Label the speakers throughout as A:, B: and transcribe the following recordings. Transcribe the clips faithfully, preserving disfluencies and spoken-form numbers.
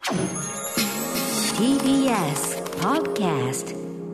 A: ティービーエス Podcast。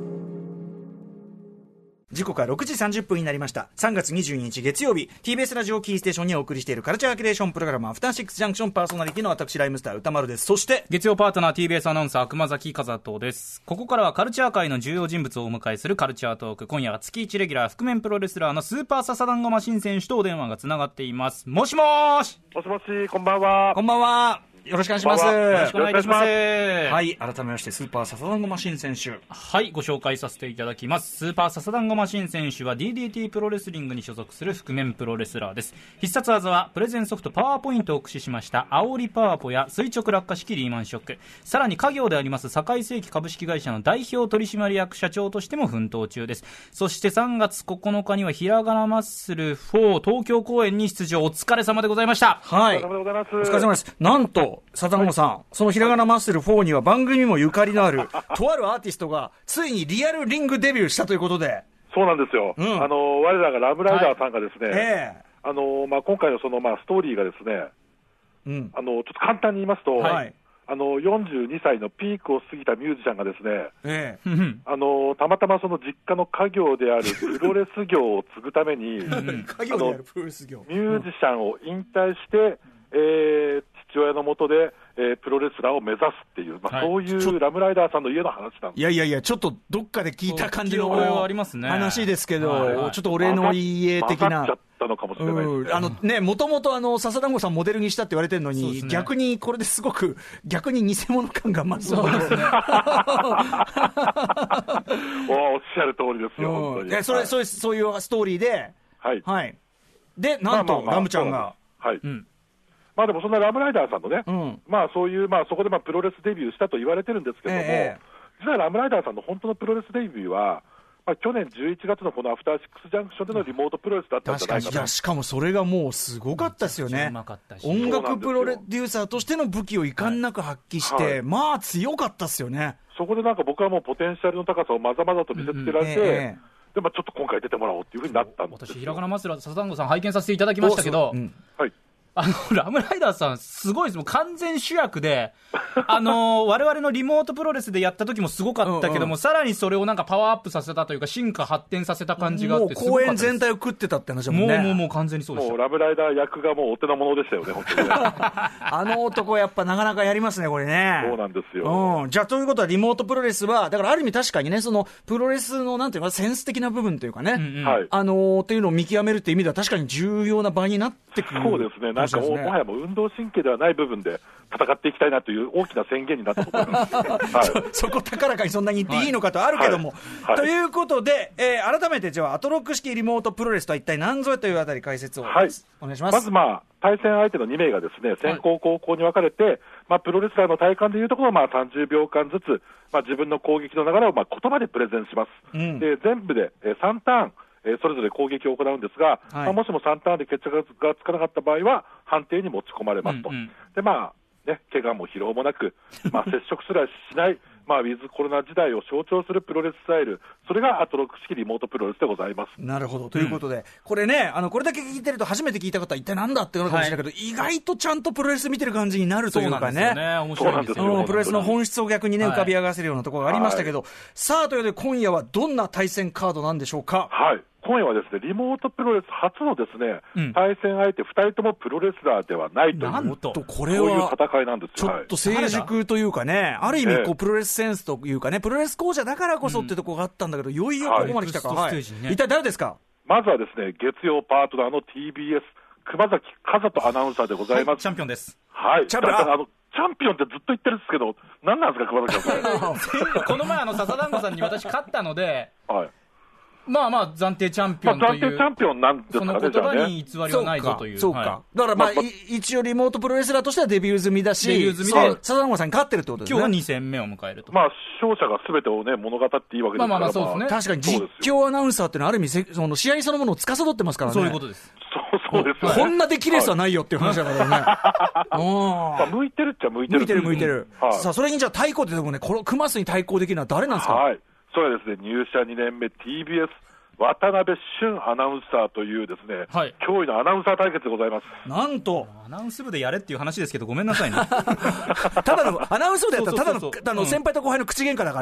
B: 時刻はろくじさんじゅっぷんになりました。さんがつにじゅうににち月曜日、 ティービーエス ラジオキーステーションにお送りしているカルチャーキュレーションプログラム、アフターシックスジャンクション、パーソナリティの私ライムスター歌丸です。そして
C: 月曜パートナー ティービーエス アナウンサー熊崎和人です。ここからはカルチャー界の重要人物をお迎えするカルチャートーク。今夜は月いちレギュラー覆面プロレスラーのスーパーササダンゴマシン選手とお電話がつながっています。もしもーし。
D: もしもし、こんばんは。
B: こんばんは、よろしくお願いします。よ
C: ろしくお願いいたします。
B: はい、改めましてスーパーササダンゴマシン選手、
C: はい、ご紹介させていただきます。スーパーササダンゴマシン選手は ディーディーティー プロレスリングに所属する覆面プロレスラーです。必殺技はプレゼンソフトパワーポイントを駆使しました煽りパワポや垂直落下式リーマンショック、さらに家業であります堺世紀株式会社の代表取締役社長としても奮闘中です。そしてさんがつここのかにはひらがなマッスルフォー東京公演に出場。お疲れ様でございました。
B: はい、
D: お疲れ様でございます。
B: お疲れ様です。なんとサダンゴさん、はい、そのひらがなマッスルフォーには番組もゆかりのあるとあるアーティストがついにリアルリングデビューしたということで。
D: そうなんですよ、うん、あの我らがラブライダーさんがですね、はい、えーあのまあ、今回のその、まあ、ストーリーがですね、うん、あのちょっと簡単に言いますと、はい、あのよんじゅうにさいのピークを過ぎたミュージシャンがですね、えー、あのたまたまその実家の家業であるプロレス業を継ぐために、うん、あのミュージシャンを引退して、うんえー、父親の下で、えー、プロレスラーを目指すっていう、まあはい、そういうラムライダーさんの家の話なんです。
B: いやいやいや、ちょっとどっかで聞いた感じの話ですけど、
C: はいはい、
B: ちょっと俺の家的な。
D: 混ざっちゃったのかもしれないですね。うん、あのね、
B: もともとあの笹団子さんモデルにしたって言われてるのに、ね、逆にこれですごく逆に偽物感が増す。そうですね。おっし
D: ゃる通りですよ。本当に。
B: それ、はい、そういうそういうストーリーで、はいはい。でなんと、まあまあまあ、ラムちゃんが、
D: はい。うんまあ、でもそんなラムライダーさんのね、うん、まあそういう、まあそこでまあプロレスデビューしたと言われてるんですけども、えー、実はラムライダーさんの本当のプロレスデビューは、まあ、去年じゅういちがつのこのアフターシックスジャンクションでのリモートプロレスだったんじゃないかな。
B: 確かに、いやしかもそれがもうすごかったですよね。音楽プロデューサーとしての武器を遺憾なく発揮して、はいはい、まあ強かったですよね。
D: そこでなんか僕はもうポテンシャルの高さをまざまざと見せつけられて、うんうんえーでまあ、ちょっと今回出てもらおうっていうふうになったんですよ。
C: 私ひらがなマスラー笹団子さん拝見させていただきましたけど、うんはいあのラムライダーさんすごいです。もう完全主役であの我々のリモートプロレスでやった時もすごかったけども、うんうん、さらにそれをなんかパワーアップさせたというか進化発展させた感じがあって、
B: もう公演全体を食ってたって話だもんね。
C: もうもうもう完全にそうでした。
D: もうラムライダー役がもうお手の物でしたよね本当にね
B: あの男やっぱなかなかやりますねこれね。
D: そうなんですよ、
B: うん、じゃあということはリモートプロレスはだからある意味確かにねそのプロレスのなんていうかセンス的な部分というかね、うんうん、あのー、っていうのを見極めるっていう意味では確かに重要な場になってくる。
D: そうですね。なんかもうもはやもう運動神経ではない部分で戦っていきたいなという大きな宣言になったと思います、はい、
B: そ, そこ高らかにそんなに言っていいのかとあるけども、はいはい、ということで、えー、改めてじゃあアトロック式リモートプロレスとは一体何ぞやというあたり解説を、はい、お願いします。
D: まず、まあ、対戦相手のにめいがですね先攻後攻に分かれて、はいまあ、プロレスラーの体感でいうところ、まあ、さんじゅうびょうかんずつ、まあ、自分の攻撃の流れをまあ言葉でプレゼンします、うん、で全部でさんターンえー、それぞれ攻撃を行うんですが、はいまあ、もしもさんターンで決着がつかなかった場合は判定に持ち込まれますと、うんうんでまあね、怪我も疲労もなく、まあ、接触すらしないまあ、ウィズコロナ時代を象徴するプロレススタイル、それがアトロック式リモートプロレスでございます。
B: なるほどということで、うん、これねあのこれだけ聞いてると初めて聞いた方は一体なんだってなるかもしれないけど、はい、意外とちゃんとプロレス見てる感じになるというかね、
C: そうなんですよね。面白いんですよ。
B: プロレスの本質を逆にね浮かび上がらせるようなところがありましたけど、はい、さあということで今夜はどんな対戦カードなんでしょうか。
D: はい今夜はですねリモートプロレス初のですね、うん、対戦相手ふたりともプロレスラーではないという
B: なんとこれは
D: そういう戦いなんです
B: よ。ちょっと成熟というかねある意味こうプロレスセンスというかねプロレス講者だからこそってところがあったんだけど、うん、いよいよここまで来たか、はいはい、一体誰ですか。
D: まずはですね月曜パートナーの ティービーエス 熊崎和人アナウンサーでございます、はい、
C: チャンピオンです。
D: はいチャンピオンあのチャンピオンってずっと言ってるんですけど何なんですか熊崎さん
C: この前あの笹団子さんに私勝ったので、
D: はい
C: まあまあ暫定チャンピオンという、
D: まあ、暫定チャンピオンなんですかね。
C: その言葉に偽りはないぞという。
B: そうか。そうか。だからまあ、まあ、一応リモートプロレスラーとしてはデビュー済みだし、
C: デビュー済みで
B: 笹団子さんに勝ってるってことですね。
C: 今日はに戦目を迎えると。
D: まあ勝者が全てをね物語っていいわけですから。
C: まあまあまあそうですね。
B: 確かに実況アナウンサーってのはある意味その試合そのものを司ってますからね。
C: そういうことです。
D: そうそうですね。
B: こんな出来レースはないよっていう話だからね。
D: まあ向いてるっちゃ向いてる。
B: 向いてる向いてる。はい、さあそれにじゃあ対抗ってでもねこのクマスに対抗できるのは誰なんですか。
D: はい。それはですね入社にねんめ ティービーエス渡辺俊アナウンサーというですね、はい、驚異のアナウンサー対決でございます。
B: なんと
C: アナウンス部でやれっていう話ですけど、ごめんなさいね
B: ただのアナウンス部でやったらただの、そうそうそう、あの先輩と後輩の口喧嘩だから、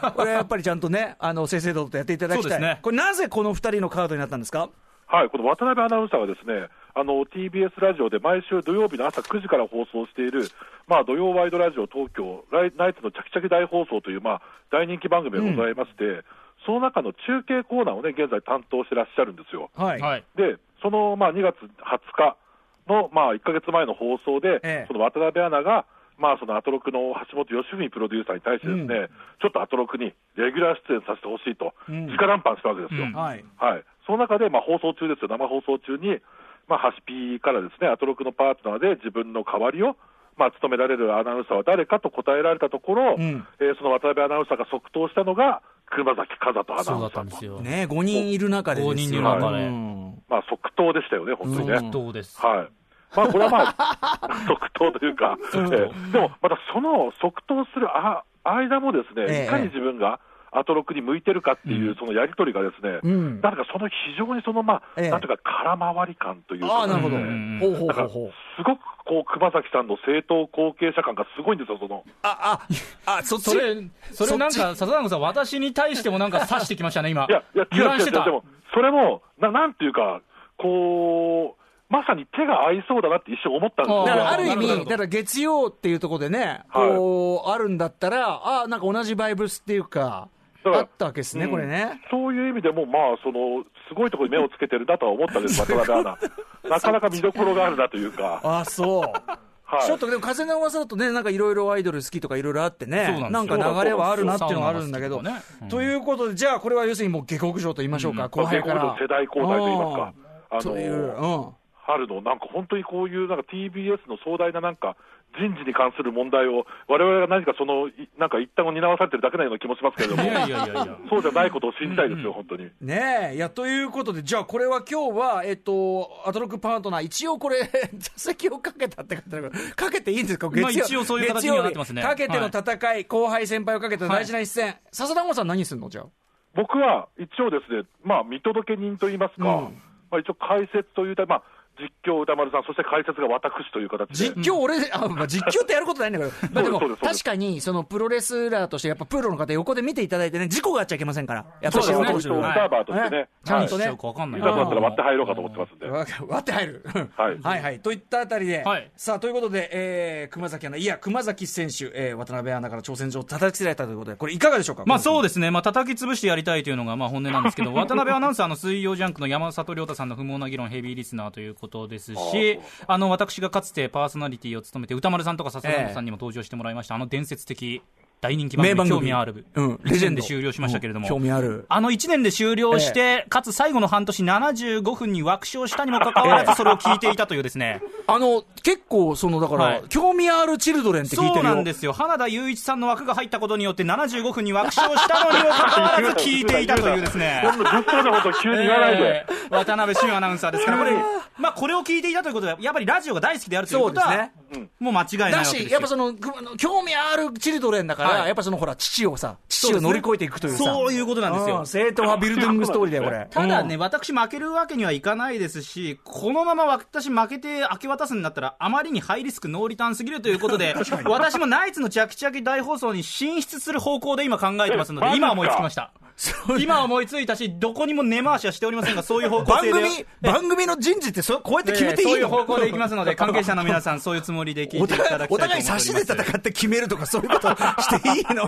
B: これやっぱりちゃんとね、あの正々堂々とやっていただきたい。そうですね。これなぜこのふたりのカードになったんですか？
D: はい、この渡辺アナウンサーはですね、あの ティービーエス ラジオで毎週土曜日の朝くじから放送している、まあ、土曜ワイドラジオ東京ナイツのチャキチャキ大放送という、まあ、大人気番組がございまして、うん、その中の中継コーナーをね、現在担当してらっしゃるんですよ。はい、で、その、まあ、にがつはつかの、まあ、いっかげつまえの放送で、ええ、その渡辺アナが、まあ、そのアトロクの橋本義文プロデューサーに対してですね、うん、ちょっとアトロクにレギュラー出演させてほしいと、うん、直談判したわけですよ。うん、はいはい、その中で、まあ、放送中ですよ、生放送中に、まあ、ハシピーからですね、アトロクのパートナーで自分の代わりを、まあ、務められるアナウンサーは誰かと答えられたところ、うん、えー、その渡辺アナウンサーが即答したのが熊崎和人アナウンサーと。そうだったんですよ
B: ね、ごにんいる中でですよ。ごにんいる中で、はい、
D: まあ、即答でしたよね、本当にね。
C: 即答です。
D: はい。まあ、これはまあ即答というか、えー、でもまたその即答するあ間もですね、ええ、いかに自分がアトロクに向いてるかっていう、うん、そのやり取りがですね、うん、なんかその非常にその、まあ、ええ、なんていうか空回り感というか、
B: あ、なるほど、うん、ほうほうほうほう、
D: すごくこう熊崎さんの正当後継者感がすごいんですよ。その
B: あああそっち
C: それそれなんか笹田さん、私に対してもなんか指してきましたね今。
D: いやいや違う違う違う、でもそれもななんていうかこうまさに手が合いそうだなって一瞬思ったんですよ。
B: だからある意味、だから月曜っていうところでね、こう、はい、あるんだったら、ああ、なんか同じバイブスっていうか、あったわけですね、うん、これね。
D: そういう意味でも、まあ、その、すごいところに目をつけてるなとは思ったんです、渡辺アナ。なかなか見どころがあるなというか。
B: あ、そう。はい、ちょっとでも風の噂だとね、なんかいろいろアイドル好きとかいろいろあってね、なんか流れはあるなっていうのがあるんだけど、ね、うん、ということで、じゃあこれは要するにもう下克上と言いましょうか、うん、後輩から。
D: 世代交代と言いますか。
B: あのー、という、うん。
D: 春のなんか本当にこういうなんか ティービーエス の壮大ななんか人事に関する問題を我々が何かそのなんか一端を担わされてるだけのような気もしますけれども、いやいやいやいや、そうじゃないことを信じたいですよ、うんうん、本当に。
B: ねえ、いやということで、じゃあこれは今日はえっとアトロクパートナー一応これ座席をかけたって方かけていいんですか？月曜、まあ、
C: 一応そういう形になってますね。
B: かけての戦い、はい、後輩先輩をかけての大事な一戦。はい、笹田さん何するの？じゃあ
D: 僕は一応ですね、まあ見届け人といいますか、うん、まあ一応解説というまあ実況歌丸さん、そして解説が私という形で。
B: 実況俺、あ、まあ、実況ってやることないんだけど、まあ、でも確かにそのプロレスラーとしてやっぱプロの方横で見ていただいてね、事故があっちゃいけませんから。
D: やっぱり素人としてね、オブザーバーとしてね、
B: ちゃんとね、
C: わかんない。
D: いざとなったら割って入ろうかと思ってますんで。
B: 割って入る。はいはいはい。といったあたりで、はい、さあということで、えー、熊崎アナ、いや熊崎選手、えー、渡辺アナから挑戦状を叩きつけられたということで、これいかがでしょうか？
C: まあそうですね、まあ叩き潰してやりたいというのがまあ本音なんですけど、渡辺アナウンサーの水曜ジャンクの山里亮太さんの不毛な議論ヘビーリスナーということですし。あの私がかつてパーソナリティを務めて歌丸さんとか笹本さんにも登場してもらいました、えー、あの伝説的大人気番組興味ある、うん、レジェンドで終了しましたけれども、うん、興味あるあのいちねんで終了して、えー、かつ最後の半年ななじゅうごふんに枠賞したにもかかわらずそれを聞いていたというですね、
B: えー、あの結構そのだから、はい、興味あるチルドレンって聞いてるよ。
C: そうなんですよ。花田雄一さんの枠が入ったことによってななじゅうごふんに枠賞したのにもかかわらず聞いていたというですね
D: こんなずっとのこと急に言わないで、
C: えー、渡辺俊アナウンサーですから、これ、まあ、これを聞いていたということでやっぱりラジオが大好きであるということはそうですね、もう間違いないわけですよ。だし
B: やっぱその興味あるチルドレンだから、はい、やっぱそのほら父をさ父を乗り越えていくというさ、
C: そういうことなんですよ。
B: 正統派ビルディングストーリーだよこれ。
C: ただね、私負けるわけにはいかないですし、このまま私負けて明け渡すんだったらあまりにハイリスクノーリターンすぎるということで私もナイツのチャキチャキ大放送に進出する方向で今考えてますので、今思いつきました。今思いついたし、どこにも根回しはしておりませんが、そういう方向性で
B: 番組番組の人事ってそこうやって決めていいの？
C: そういう方向でいきますので、関係者の皆さんそういうつもりで聞いていただきたいと思います。
B: お互い差しで戦って決めるとかそういうことしていいの？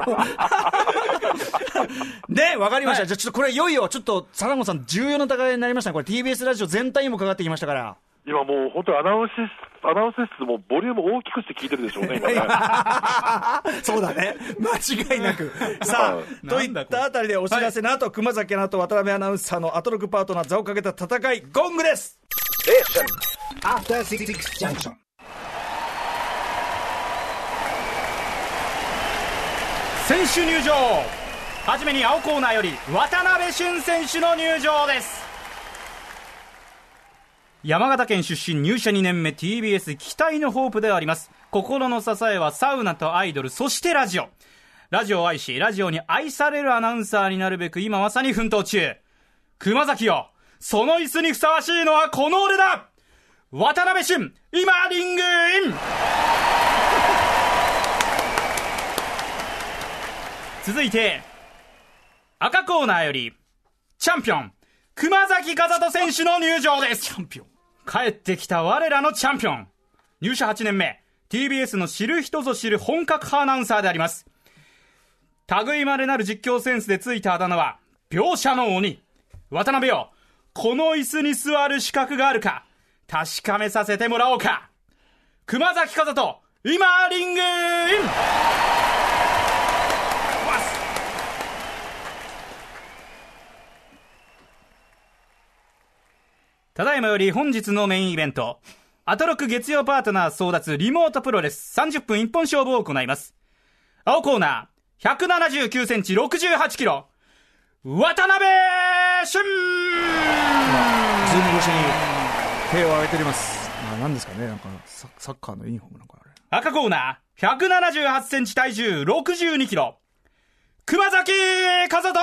B: で、わかりました、はい、じゃあちょっとこれいよいよちょっと貞子さん重要な戦いになりましたね。これ ティービーエス ラジオ全体にもかかってきましたから。
D: 今もう本当にアナウンスアナウンス室もボリューム大きくして聞いてるでしょうね今ね
B: そうだね、間違いなくさあといったあたりでお知らせの後、はい、熊崎アナと渡辺アナウンサーのアトロクパートナー座をかけた戦いゴングです。
C: 選手入場。はじめに青コーナーより渡辺俊選手の入場です。山形県出身、入社にねんめ、 ティービーエス 期待のホープであります。心の支えはサウナとアイドル、そしてラジオ。ラジオを愛しラジオに愛されるアナウンサーになるべく今まさに奮闘中。 熊崎よ、その椅子にふさわしいのはこの俺だ。渡辺俊、今リングイン。続いて赤コーナーよりチャンピオン熊崎和人選手の入場です。チャンピオン、帰ってきた我らのチャンピオン。入社はちねんめ、 ティービーエス の知る人ぞ知る本格派アナウンサーであります。類まれなる実況センスでついたあだ名は描写の鬼。渡辺よ、この椅子に座る資格があるか確かめさせてもらおうか。熊崎和人、今リングイン。ただいまより本日のメインイベント、アトロク月曜パートナー争奪リモートプロレスさんじゅっぷん一本勝負を行います。青コーナーひゃくななじゅうきゅうセンチろくじゅうはちキロ渡辺俊。ズー
B: ム越しに手を挙げております。あ、何ですかね、なんか サ, サッカーのユニフォームなんかあれ。
C: 赤コーナーひゃくななじゅうはちセンチ体重ろくじゅうにキロ熊崎和人。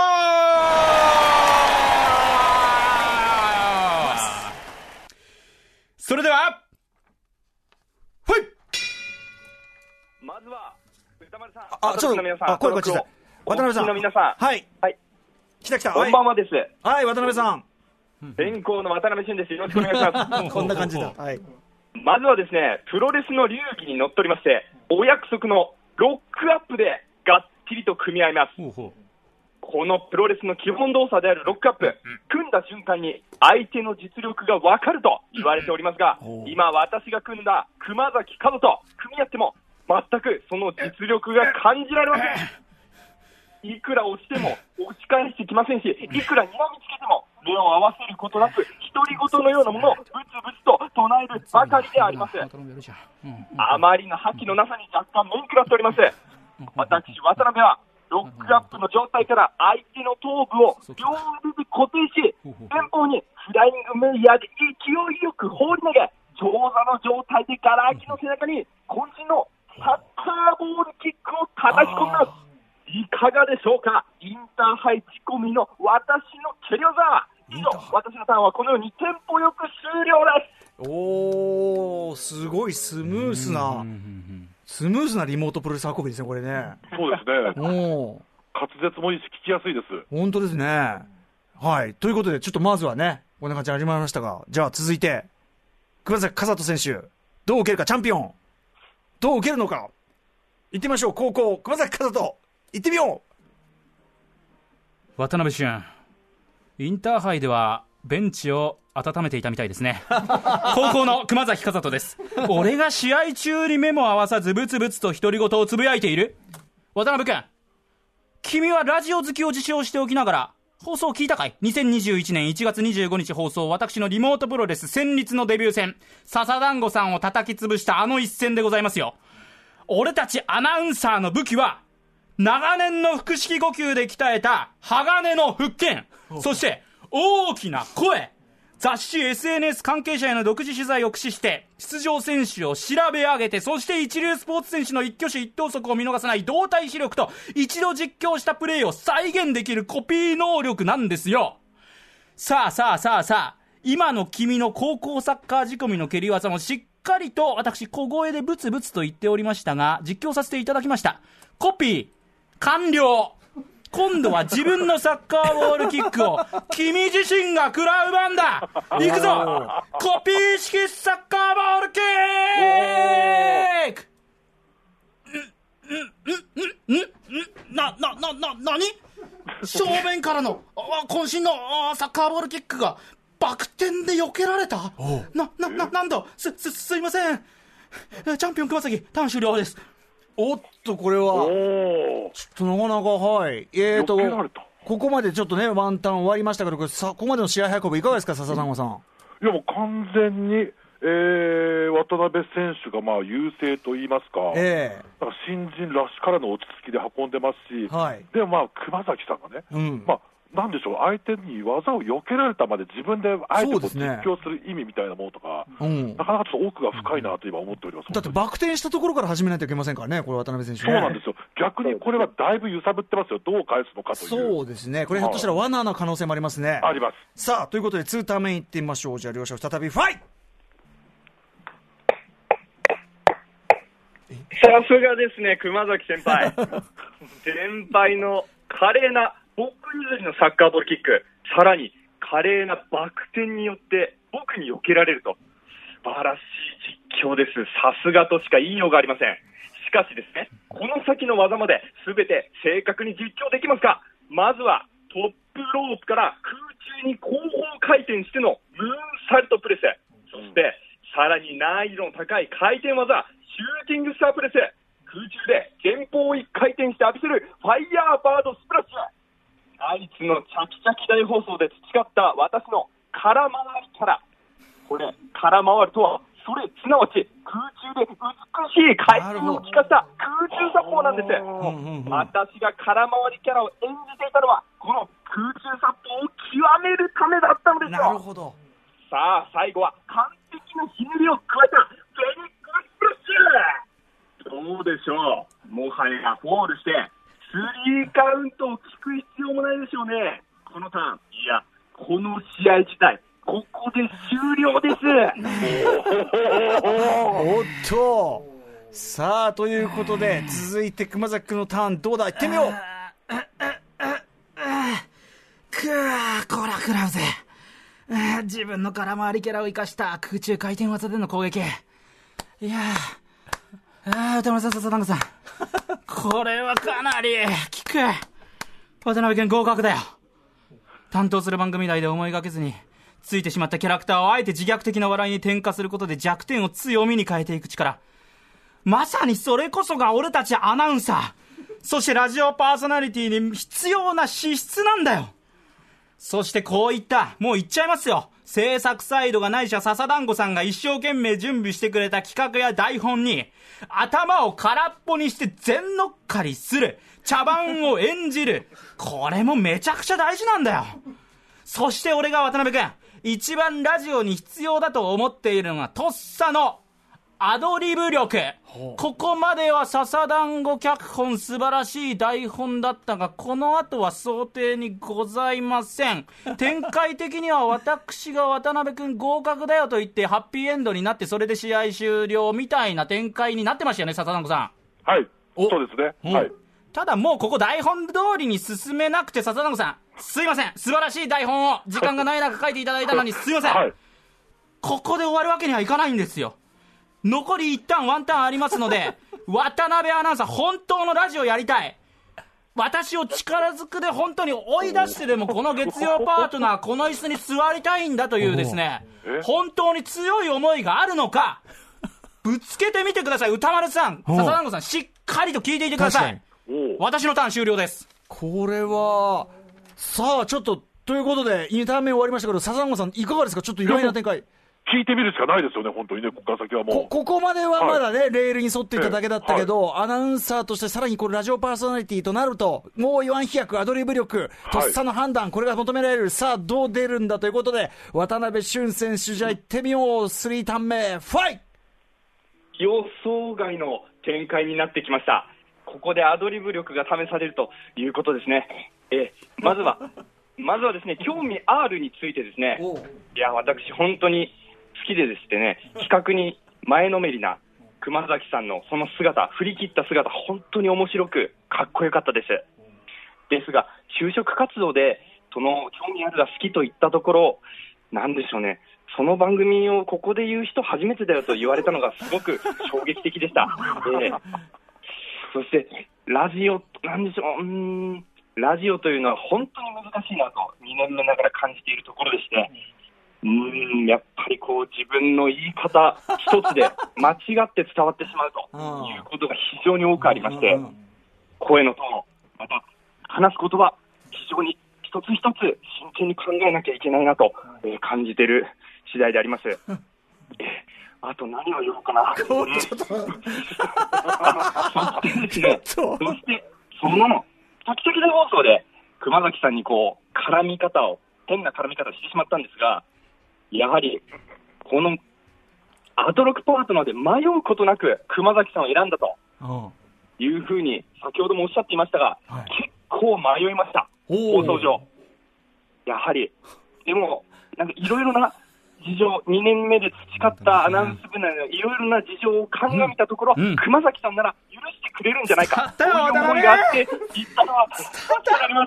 C: それではほい。
E: まずは歌丸さん、
B: あ、ちょっと皆さん、あ、声が小さい。渡辺さん、
E: の皆さん、
B: はい
E: はい、
B: 来た来た、
E: こんばんはです。
B: はい、渡辺さん、
E: 連行の渡辺俊です。よろしくお願いします。
B: こんな感じだ。はい。
E: まずはですね、プロレスの流儀にのっとりまして、お約束のロックアップでがっちりと組み合います。ほうほう。このプロレスの基本動作であるロックアップ、組んだ瞬間に相手の実力が分かると言われておりますが、今私が組んだ熊崎和人、組み合っても全くその実力が感じられません。いくら押しても押し返してきませんし、いくら睨みつけても目を合わせることなく、独り言のようなものをブツブツと唱えるばかりであります。あまりの覇気のなさに若干面食らっております。私渡辺はロックアップの状態から相手の頭部を両腕で固定し、前方にフライングメイヤーで勢いよく放り投げ、長座の状態でガラ空きの背中に渾身のサッカーボールキックを叩き込みます。いかがでしょうか。インターハイ仕込みの私の蹴り技。以上、私のターンはこのようにテンポよく終了です。
B: おー、すごいスムースなスムースなリモートプロレス運びですね、これね。
D: そうですね。お滑舌もいいし聞きやすいです。
B: 本当ですね。はい。ということで、ちょっとまずはね、こんな感じで始まりましたが、じゃあ続いて熊崎和人選手、どう受けるか。チャンピオンどう受けるのか、行ってみましょう。高校熊崎和人、行ってみよ
C: う。渡辺俊、インターハイではベンチを温めていたみたいですね。高校の熊崎和人です。俺が試合中に目も合わさずブツブツと独り言をつぶやいている。渡辺君、君はラジオ好きを自称しておきながら放送聞いたかい。にせんにじゅういちねんいちがつにじゅうごにち放送、私のリモートプロレス戦慄のデビュー戦、笹団子さんを叩き潰したあの一戦でございますよ。俺たちアナウンサーの武器は長年の腹式呼吸で鍛えた鋼の腹筋、そして大きな声。雑誌 エスエヌエス 関係者への独自取材を駆使して出場選手を調べ上げて、そして一流スポーツ選手の一挙手一投足を見逃さない動体視力と一度実況したプレーを再現できるコピー能力なんですよ。さあさあさあさあ、今の君の高校サッカー仕込みの蹴り技もしっかりと私小声でブツブツと言っておりましたが、実況させていただきました。コピー完了。今度は自分のサッカーボールキックを君自身が食らう番だ。行くぞ。コピー式サッカーボールキック。んんんんんなななななに？正面からの渾身のサッカーボールキックがバク転で避けられた。ななななんだ。すすすいません。チャンピオン熊崎、ターン終了です。
B: おっと、これはちょっとなかなか、はい、えーとここまでちょっとねワンタン終わりましたけど、これさここまでの試合運びいかがですか、笹団子さん。
D: いや、もう完全に、えー、渡辺選手がまあ優勢といいますか、えー、なんか新人らしからの落ち着きで運んでますし、はい、でもまあ熊崎さんがね、うん、まあなんでしょう、相手に技を避けられたまで自分で相手を実況する意味みたいなものとか、ね、うん、なかなかちょっと奥が深いなと今思っております。
B: だってバク転したところから始めないといけませんからね、これ渡辺選手、ね、
D: そうなんですよ。逆にこれはだいぶ揺さぶってますよ、どう返すのかという。
B: そうですね、これひょっとしたら罠の可能性もありますね。
D: あります。
B: さあということでツーター目いってみましょう。じゃあ両者再びファイト。
E: さすがですね、熊崎先輩先輩の華麗な僕譲りのサッカーボールキック、さらに華麗なバク転によって僕に避けられると、素晴らしい実況です。さすがとしか言いようがありません。しかしですね、この先の技まで全て正確に実況できますか。まずはトップロープから空中に後方回転してのムーンサルトプレス、そしてさらに難易度の高い回転技シューティングスタープレス、空中で前方を一回転して浴びせるファイヤーバードスプラッシュ、ナイツのチャキチャキ大放送で培った私の空回りキャラ、これ空回るとはそれすなわち空中で美しい回転を利かした空中殺法なんです。私が空回りキャラを演じていたのはこの空中殺法を極めるためだったのですよ。
B: なるほど。
E: さあ最後は完璧なひねりを加えたフェニックスプラッシュ、どうでしょう、もはやフォールしてスリーカウントを聞く必要もないでしょうね。このターン、いやこの試合自体ここで終了です
B: おっと、さあということで続いて熊崎君のターン、どうだ、行ってみよう。
C: くー、こら食らうぜ。自分の空回りキャラを生かした空中回転技での攻撃、いやー、歌丸さん、笹団子さんこれはかなり効く。渡辺君合格だよ。担当する番組内で思いがけずについてしまったキャラクターをあえて自虐的な笑いに転化することで弱点を強みに変えていく力、まさにそれこそが俺たちアナウンサー、そしてラジオパーソナリティに必要な資質なんだよ。そしてこういった、もう言っちゃいますよ、制作サイドがないしは笹団子さんが一生懸命準備してくれた企画や台本に頭を空っぽにして全乗っかりする、茶番を演じる、これもめちゃくちゃ大事なんだよ。そして俺が渡辺君一番ラジオに必要だと思っているのがとっさのアドリブ力。ここまでは笹団子脚本素晴らしい台本だったが、この後は想定にございません。展開的には私が渡辺君合格だよと言ってハッピーエンドになってそれで試合終了みたいな展開になってましたよね、笹団子さん。
D: はい、そうですね、うん、はい。
C: ただもうここ台本通りに進めなくて、笹団子さんすいません、素晴らしい台本を時間がない中書いていただいたのにすいません、はい、ここで終わるわけにはいかないんですよ。残り一旦ワンターンありますので渡辺アナウンサー本当のラジオやりたい、私を力ずくで本当に追い出してでもこの月曜パートナーこの椅子に座りたいんだというですね、本当に強い思いがあるのかぶつけてみてください。歌丸さん、笹団子さん、しっかりと聞いていてください。私のターン終了です。
B: これはさあちょっとということでにターン目終わりましたけど、笹団子さんいかがですか。ちょっと意外な展開、
D: 聞いてみるしかないですよね、本当にね、ここから先はもう。
B: こ, ここまではまだね、はい、レールに沿っていただけだったけど、はい、アナウンサーとしてさらにこれラジオパーソナリティとなると、もう言わん飛躍、アドリブ力、とっさの判断、はい、これが求められる。さあ、どう出るんだということで、渡辺俊選手、じゃあ行ってみよう、スリーターン目、ファイ
E: 予想外の展開になってきました。ここでアドリブ力が試されるということですね。えまずは、まずはですね、興味 R についてですね、いや、私、本当に好きでですね、企画に前のめりな熊崎さんのその姿、振り切った姿、本当に面白くかっこよかったです。ですが、就職活動でその興味あるが好きと言ったところ、なんでしょうね、その番組をここで言う人初めてだよと言われたのがすごく衝撃的でした。えー、そしてラジオ、なんでしょう、うーんラジオというのは本当に難しいなとにねんめながら感じているところでして、うーんやっぱりこう自分の言い方一つで間違って伝わってしまうということが非常に多くありまして、声のトーン、また話す言葉、非常に一つ一つ真剣に考えなきゃいけないなと、えー、感じている次第であります。えー、あと何を言おうかな。ちょっとそしてそしてそのままチャキチャキ大放送で熊崎さんにこう絡み方を変な絡み方をしてしまったんですが、やはりこのアドロックパートナーで迷うことなく熊崎さんを選んだというふうに先ほどもおっしゃっていましたが、はい、結構迷いました、放送上。やはりでもなんかいろいろな事情、にねんめで培ったアナウンス部内のいろいろな事情を鑑みたところ、うんうん、熊崎さんなら許してくれるんじゃないか、そういう思いがあって言ったのは伝わります。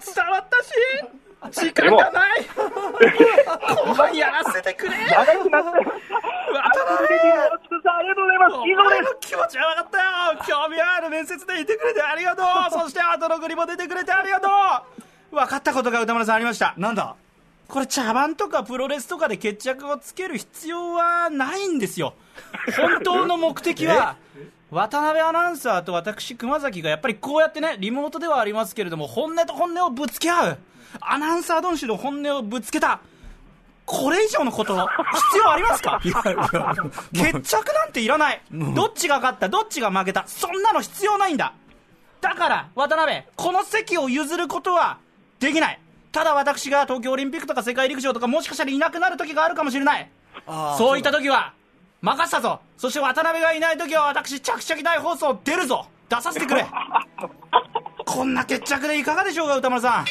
C: もう伝わったし、時間がない。後半やらせてくれ。
E: 長くなって。渡辺ありがとうございます。以上です。
C: 気持ち悪かったよ。興味ある面接でいてくれてありがとう。そして後の国も出てくれてありがとう。分かったことが歌丸さんありました。
B: なんだ。
C: これ茶番とかプロレスとかで決着をつける必要はないんですよ。本当の目的は渡辺アナウンサーと私熊崎がやっぱりこうやってね、リモートではありますけれども本音と本音をぶつけ合う、アナウンサー同士の本音をぶつけた、これ以上のこと必要ありますか？決着なんていらない。どっちが勝ったどっちが負けた、そんなの必要ないんだ。だから渡辺、この席を譲ることはできない。ただ私が東京オリンピックとか世界陸上とかもしかしたらいなくなる時があるかもしれない。そういった時は任せたぞ。そして渡辺がいない時は私着々大放送出るぞ、出させてくれ。こんな決着でいかがでしょうか歌丸さん。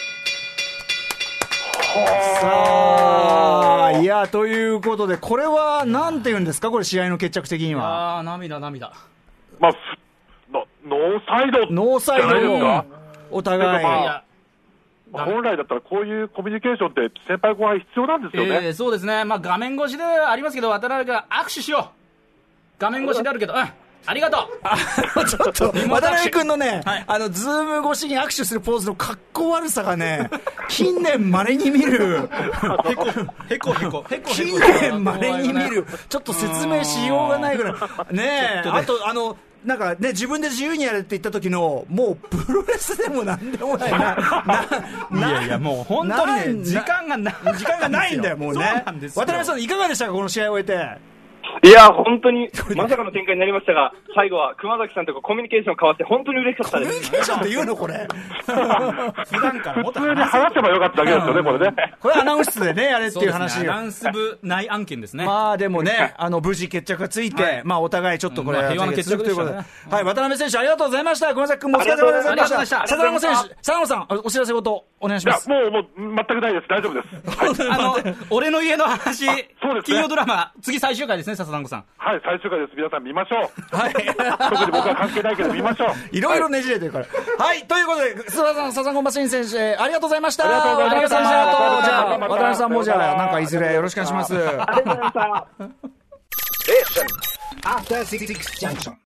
B: さあ、いやということでこれはなんて言うんですか、これ試合の決着的には。
C: あ、涙涙。
D: まあノーサイド
B: ノーサイドよお互い。いや
D: 本来だったらこういうコミュニケーションって先輩後輩必要なんですよね。
C: えー、そうですね、まあ、画面越しではありますけど渡辺が握手しよう。画面越しであるけど、うん、ありがと
B: う。ちょっと渡辺君のね、はい、あのズーム越しに握手するポーズの格好悪さがね近年稀に見る
C: へこへこへこへこ
B: 近年稀に見る、ちょっと説明しようがないぐらいねえ。あとあのなんかね、自分で自由にやるって言った時のもうプロレスでもなんでもないな
C: ないやいやもう本当にね時間がな
B: 時間がないんだよもうね。渡辺さんいかがでしたかこの試合を終えて。
E: いや本当にまさかの展開になりましたが、最後は熊崎さんとコミュニケーションを交わして本当に嬉しかったです。
B: コミュニケーションって言うのこれ
C: 普段からもっと
D: 普通に話せばよかっただけですよねこれね。
B: これアナウンスでねやれっていう話。
C: ね、アナウンス部内案件ですね。
B: まあでもねあの無事決着がついて、はい、まあお互いちょっとこれ、
C: まあ、平和な決着ということで、
B: はい、渡辺選手ありがとうございました。熊崎君もお疲れ様でございました。佐々野選手、佐野さんお知らせごとお願いします。
D: いやもうもう全くないです、大丈夫です。
C: はい、あの俺の家の話、ね、金曜ドラマ次最終回ですね佐々野さん。
D: はい最終回です。皆さん見ましょう。はい。特に僕は関係ないけど見ましょう。
B: いろいろねじれてるから。はい、はい、ということで須田さん、笹駒新選手ありがとうございました。
D: ありがとうございました。
B: じゃあ渡辺さんもじゃあなんかいずれよろしくお願いします。
E: ありがとうございました。